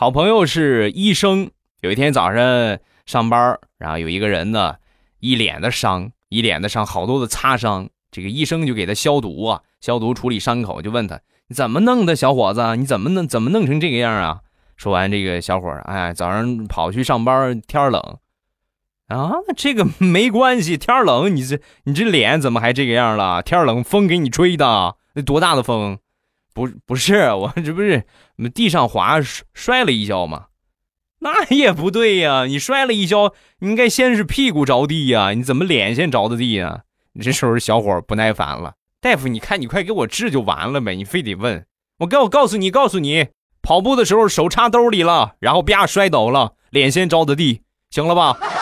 好朋友是医生，有一天早上上班，然后有一个人呢，一脸的伤，好多的擦伤。这个医生就给他消毒啊，消毒处理伤口，就问他你怎么弄的，小伙子，你怎么弄成这个样啊？说完，这个小伙早上跑去上班，天冷啊，这个没关系，天冷，你这脸怎么还这个样了？天冷，风给你吹的，那多大的风？不是，我这不是地上滑摔了一跤吗？那也不对呀，你摔了一跤，你应该先是屁股着地呀，你怎么脸先着的地呀？你这时候小伙不耐烦了，大夫，你看你快给我治就完了呗，你非得问我告诉你，跑步的时候手插兜里了，然后啪摔倒了，脸先着的地，行了吧？